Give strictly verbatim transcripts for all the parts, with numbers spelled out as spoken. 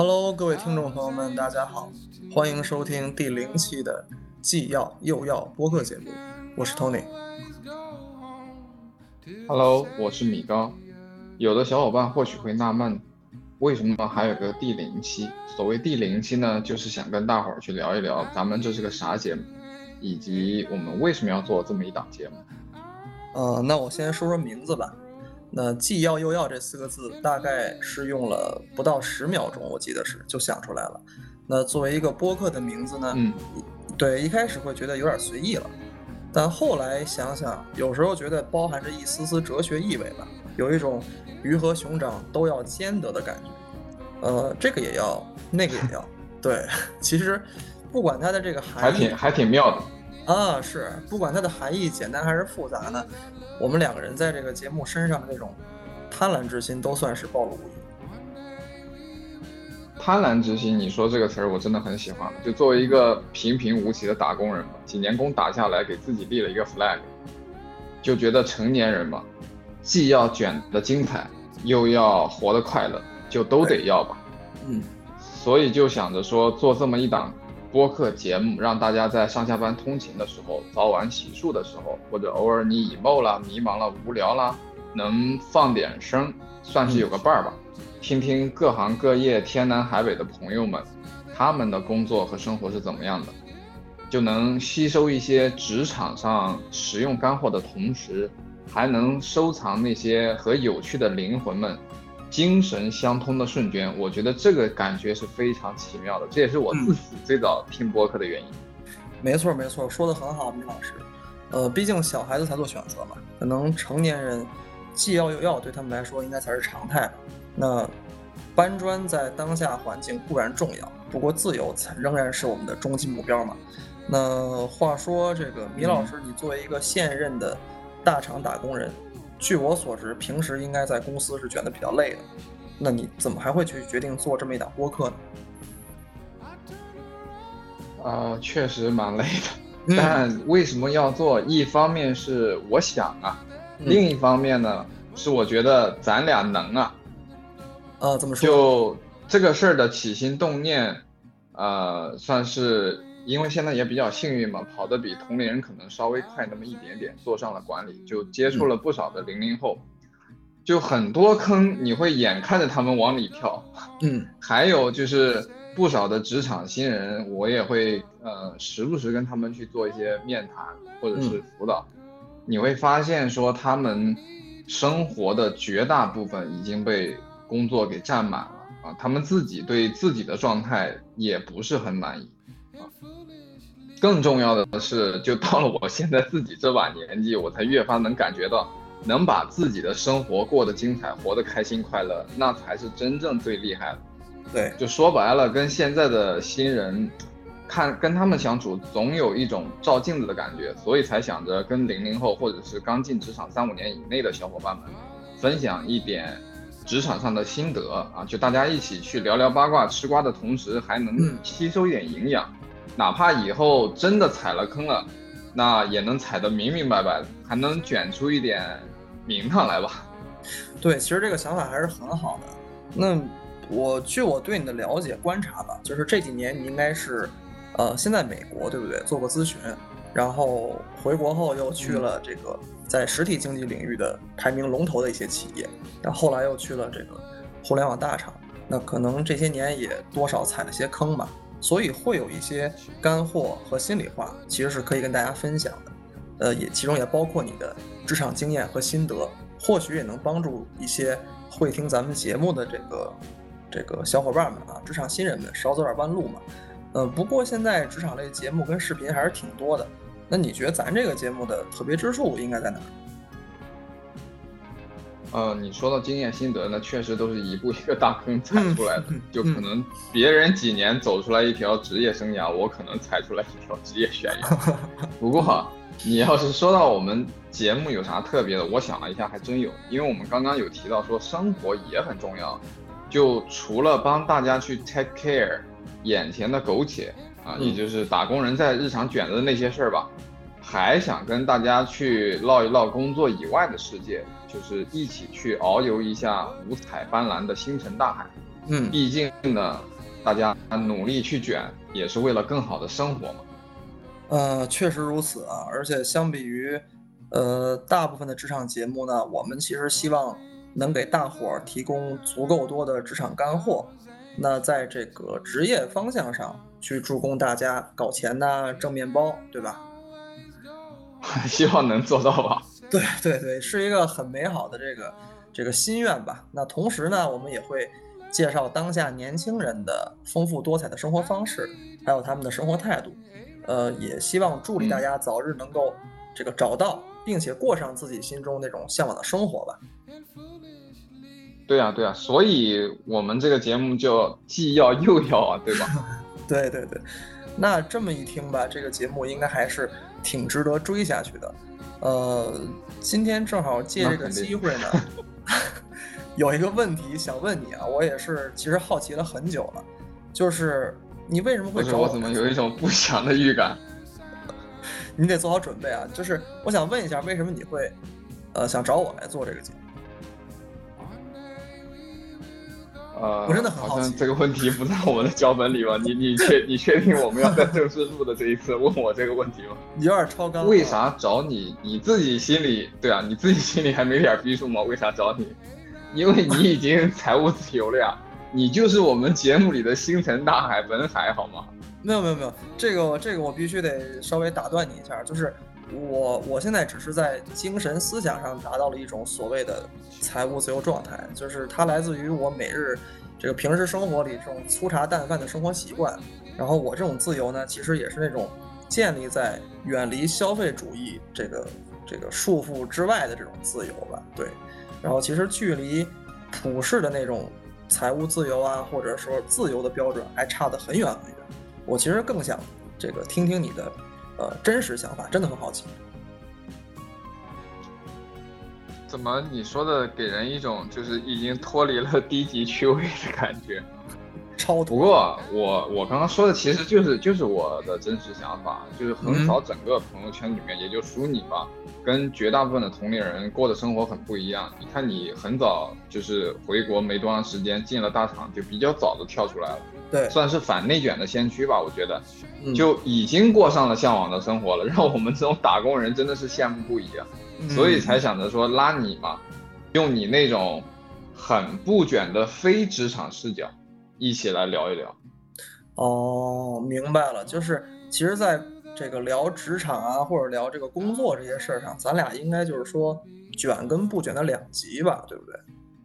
Hello，各位听众朋友们，大家好，欢迎收听第零期的既要又要播客节目，我是 Tony。 Hello，我是米高。有的小伙伴或许会纳闷，为什么还有个第零期？所谓第零期呢，就是想跟大伙儿去聊一聊咱们这是个啥节目，以及我们为什么要做这么一档节目。 呃，那我先说说名字吧。那既要又要这四个字，大概是用了不到十秒钟，我记得是就想出来了。那作为一个播客的名字呢， 嗯， 对，一开始会觉得有点随意了，但后来想想，有时候觉得包含着一丝丝哲学意味吧，有一种鱼和熊掌都要兼得的感觉。呃，这个也要，那个也要。对，其实不管它的这个含义， 还挺还挺妙的。 啊，是，不管它的含义简单还是复杂呢，我们两个人在这个节目身上的这种贪婪之心都算是暴露无遗。 贪婪之心，你说这个词儿我真的很喜欢。就作为一个平平无奇的打工人嘛，几年工打下来，给自己立了一个 flag， 就觉得成年人嘛，既要卷得精彩，又要活得快乐，就都得要吧。 嗯， 所以就想着说做这么一档播客节目，让大家在上下班通勤的时候、早晚洗漱的时候，或者偶尔你 emo 啦、迷茫了、无聊啦，能放点声，算是有个伴儿吧。听听各行各业天南海北的朋友们，他们的工作和生活是怎么样的，就能吸收一些职场上实用干货的同时，还能收藏那些和有趣的灵魂们精神相通的瞬间。我觉得这个感觉是非常奇妙的，这也是我自己最早听播客的原因。 嗯、没错没错，说得很好，米老师。呃，毕竟小孩子才做选择嘛，可能成年人既要又要对他们来说应该才是常态吧。那搬砖在当下环境固然重要，不过自由才仍然是我们的终极目标嘛。那话说这个米老师，你作为一个现任的大厂打工人，据我所知，平时应该在公司是卷得比较累的，那你怎么还会去决定做这么一档播客呢？ 呃，确实蛮累的，但为什么要做？一方面是我想啊， 嗯、 另一方面呢是我觉得咱俩能啊。 呃，怎么说？ 就这个事儿的起心动念，呃，算是因为现在也比较幸运嘛，跑得比同龄人可能稍微快那么一点点，做上了管理，就接触了不少的零零后，嗯、就很多坑你会眼看着他们往里跳， 嗯， 还有就是不少的职场新人，我也会呃时不时跟他们去做一些面谈或者是辅导，嗯、你会发现说他们生活的绝大部分已经被工作给占满了啊，他们自己对自己的状态也不是很满意啊。更重要的是，就到了我现在自己这把年纪，我才越发能感觉到，能把自己的生活过得精彩，活得开心快乐，那才是真正最厉害的。 对， 就说白了，跟现在的新人看，跟他们相处总有一种照镜子的感觉，所以才想着跟零零后或者是刚进职场三五年以内的小伙伴们分享一点职场上的心得啊，就大家一起去聊聊八卦吃瓜的同时，还能吸收一点营养，嗯、哪怕以后真的踩了坑了，那也能踩得明明白白的，还能卷出一点名堂来吧。 对，其实这个想法还是很好的。那我据我对你的了解观察吧，就是这几年你应该是呃先在美国对不对做过咨询，然后回国后又去了这个在实体经济领域的排名龙头的一些企业，然后后来又去了这个互联网大厂，那可能这些年也多少踩了些坑吧，所以会有一些干货和心里话其实是可以跟大家分享的，呃，也其中也包括你的职场经验和心得，或许也能帮助一些会听咱们节目的这个这个小伙伴们啊，职场新人们少走点弯路嘛。呃，不过现在职场类节目跟视频还是挺多的，那你觉得咱这个节目的特别之处应该在哪儿？ 呃，你说到经验心得呢，确实都是一步一个大坑踩出来的，嗯、就可能别人几年走出来一条职业生涯，我可能踩出来一条职业悬崖。不过你要是说到我们节目有啥特别的，我想了一下，还真有，因为我们刚刚有提到说生活也很重要，就除了帮大家去 take care 眼前的苟且啊，也就是打工人在日常卷的那些事儿吧，还想跟大家去唠一唠工作以外的世界，就是一起去遨游一下五彩斑斓的星辰大海。 嗯， 毕竟呢，大家努力去卷，也是为了更好的生活嘛。 呃，确实如此啊，而且相比于，呃，大部分的职场节目呢，我们其实希望能给大伙儿提供足够多的职场干货，那在这个职业方向上去助攻大家搞钱呐、挣面包，对吧？ 希望能做到吧。 对对对，是一个很美好的这个这个心愿吧。那同时呢，我们也会介绍当下年轻人的丰富多彩的生活方式，还有他们的生活态度。呃，也希望助力大家早日能够这个找到，并且过上自己心中那种向往的生活吧。 对啊，对啊，所以我们这个节目就既要又要啊，对吧？ 对对对，那这么一听吧，这个节目应该还是挺值得追下去的。呃，今天正好借这个机会呢，有一个问题想问你啊，我也是其实好奇了很久了，就是你为什么会找我？ 我怎么有一种不祥的预感？ 你得做好准备啊！就是我想问一下，为什么你会呃想找我来做这个节目？ 呃， 我真的很好奇。 好像这个问题不在我们的脚本里吧？你你确你确定我们要在正式录的这一次问我这个问题吗？ 你有点超纲。 为啥找你？你自己心里对啊，你自己心里还没点逼数吗？为啥找你？因为你已经财务自由了呀，你就是我们节目里的星辰大海文海，好吗？ 没有没有没有，这个这个我必须得稍微打断你一下，就是我我现在只是在精神思想上达到了一种所谓的财务自由状态，就是它来自于我每日这个平时生活里这种粗茶淡饭的生活习惯，然后我这种自由呢，其实也是那种建立在远离消费主义这个这个束缚之外的这种自由吧，对，然后其实距离普世的那种财务自由啊，或者说自由的标准还差得很远很远。我其实更想这个听听你的呃真实想法，真的很好奇。 怎么你说的给人一种就是已经脱离了低级趣味的感觉？ 超不过我我刚刚说的其实就是就是我的真实想法，就是横扫整个朋友圈里面，嗯、也就属你吧，跟绝大部分的同龄人过的生活很不一样。你看你很早就是回国没多长时间，进了大厂就比较早的跳出来了。 对， 算是反内卷的先驱吧，我觉得，就已经过上了向往的生活了，让我们这种打工人真的是羡慕不已啊，嗯、所以才想着说拉你嘛，用你那种很不卷的非职场视角，一起来聊一聊。 哦，明白了，就是其实在这个聊职场啊，或者聊这个工作这些事儿上，咱俩应该就是说卷跟不卷的两极吧，对不对？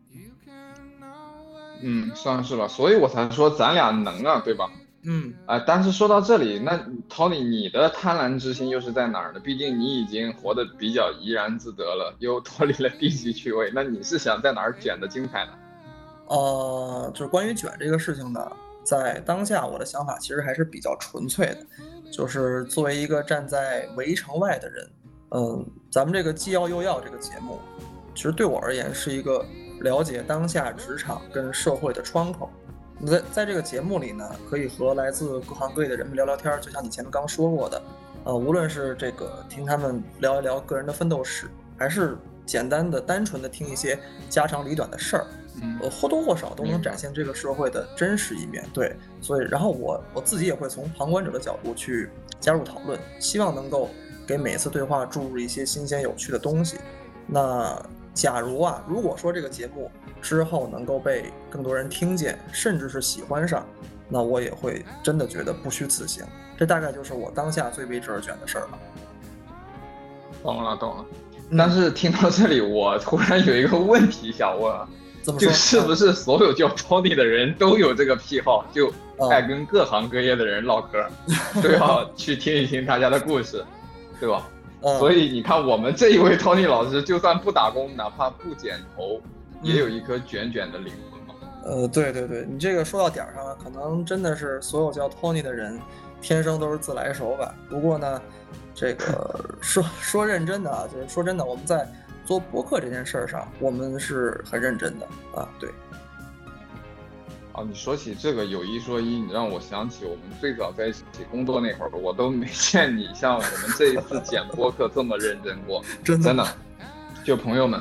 嗯，算是吧，所以我才说咱俩能啊，对吧？ 嗯， 啊、呃，但是说到这里，那 Tony 你的贪婪之心又是在哪儿呢？毕竟你已经活得比较怡然自得了，又脱离了低级趣味，那你是想在哪儿卷的精彩呢？ 呃，就是关于卷这个事情呢，在当下我的想法其实还是比较纯粹的，就是作为一个站在围城外的人，嗯，咱们这个既要又要这个节目，其实对我而言是一个了解当下职场跟社会的窗口。在在这个节目里呢，可以和来自各行各业的人们聊聊天，就像你前面刚说过的，呃，无论是这个听他们聊一聊个人的奋斗史，还是简单的、单纯的听一些家长里短的事儿，呃，或多或少都能展现这个社会的真实一面。对，所以然后我我自己也会从旁观者的角度去加入讨论，希望能够给每次对话注入一些新鲜有趣的东西。那假如啊，如果说这个节目之后能够被更多人听见，甚至是喜欢上，那我也会真的觉得不虚此行。这大概就是我当下最为之而卷的事儿了。 懂了，懂了。但是听到这里，我突然有一个问题想问啊， 怎么说？ 就是不是所有叫 Tony 的人都有这个癖好，就爱跟各行各业的人唠嗑，都要去听一听大家的故事，对吧？ 嗯、 所以你看，我们这一位 Tony 老师，就算不打工，哪怕不剪头，也有一颗卷卷的灵魂嘛。 呃，对对对，你这个说到点儿上了，可能真的是所有叫 Tony 的人，天生都是自来熟吧。不过呢，这个说说认真的啊，就是说真的，我们在做播客这件事儿上，我们是很认真的啊。对。 啊，你说起这个有一说一，你让我想起我们最早在一起工作那会儿，我都没见你像我们这一次剪播客这么认真过。 真的， 真的，就朋友们，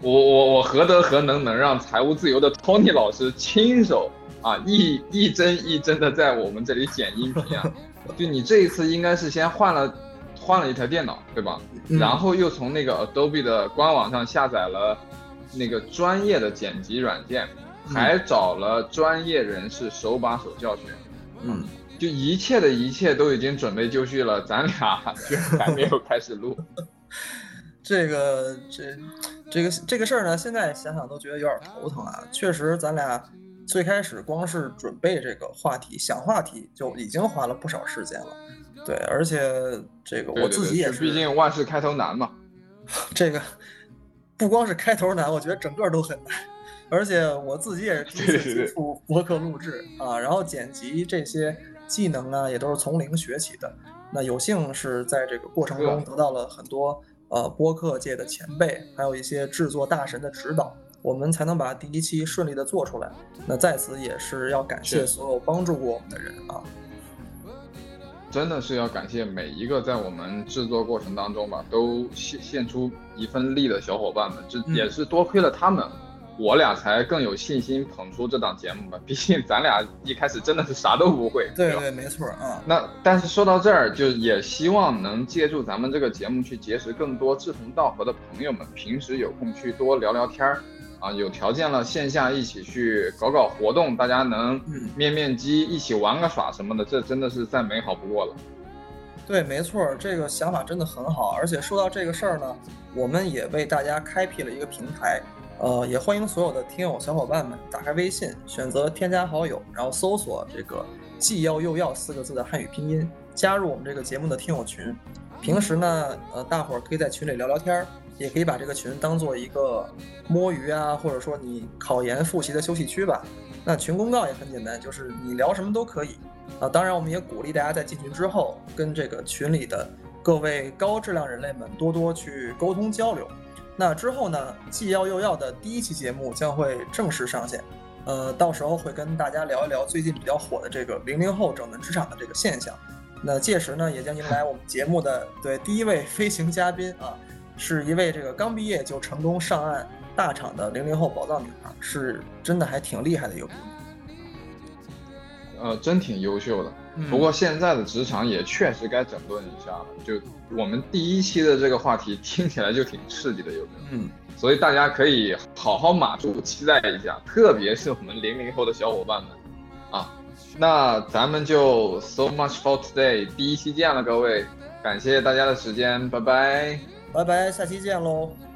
我我我何德何能能让财务自由的 Tony 老师亲手啊一一帧一帧的在我们这里剪音频啊？就你这一次应该是先换了换了一台电脑，对吧？ 嗯、 然后又从那个 Adobe 的官网上下载了那个专业的剪辑软件，还找了专业人士手把手教学。 嗯， 就一切的一切都已经准备就绪了，咱俩就还没有开始录。 这个这这个这个事儿呢，现在想想都觉得有点头疼啊。确实，咱俩最开始光是准备这个话题、想话题就已经花了不少时间了。对，而且这个我自己也是， 毕竟万事开头难嘛。 这个不光是开头难，我觉得整个都很难。而且我自己也是第一次接触播客录制啊，然后剪辑这些技能呢，也都是从零学起的。那有幸是在这个过程中得到了很多呃播客界的前辈，还有一些制作大神的指导，我们才能把第一期顺利的做出来。那在此也是要感谢所有帮助过我们的人啊。 真的是要感谢每一个在我们制作过程当中吧，都献献出一份力的小伙伴们，这也是多亏了他们。嗯，我俩才更有信心捧出这档节目吧，毕竟咱俩一开始真的是啥都不会。 对对，没错啊。 那但是说到这儿，就也希望能借助咱们这个节目去结识更多志同道合的朋友们，平时有空去多聊聊天儿啊，有条件了线下一起去搞搞活动，大家能面面基一起玩个耍什么的，这真的是再美好不过了。 对，没错，这个想法真的很好。而且说到这个事儿呢，我们也为大家开辟了一个平台。呃，也欢迎所有的听友小伙伴们打开微信，选择添加好友，然后搜索这个既要又要四个字的汉语拼音，加入我们这个节目的听友群。平时呢，呃，大伙儿可以在群里聊聊天，也可以把这个群当做一个摸鱼啊，或者说你考研复习的休息区吧。那群公告也很简单，就是你聊什么都可以啊。当然，我们也鼓励大家在进群之后，跟这个群里的各位高质量人类们多多去沟通交流。那之后呢，既要又要的第一期节目将会正式上线，呃，到时候会跟大家聊一聊最近比较火的这个零零后整顿职场的这个现象。那届时呢，也将迎来我们节目的对第一位飞行嘉宾啊，是一位这个刚毕业就成功上岸大厂的零零后宝藏女孩，是真的还挺厉害的一个姑娘。 呃，真挺优秀的。不过现在的职场也确实该整顿一下了。就我们第一期的这个话题听起来就挺刺激的，有没有？嗯，所以大家可以好好码住，期待一下，特别是我们零零后的小伙伴们啊。那咱们就 so much for today 第一期见了，各位，感谢大家的时间，拜拜， 拜拜，下期见喽。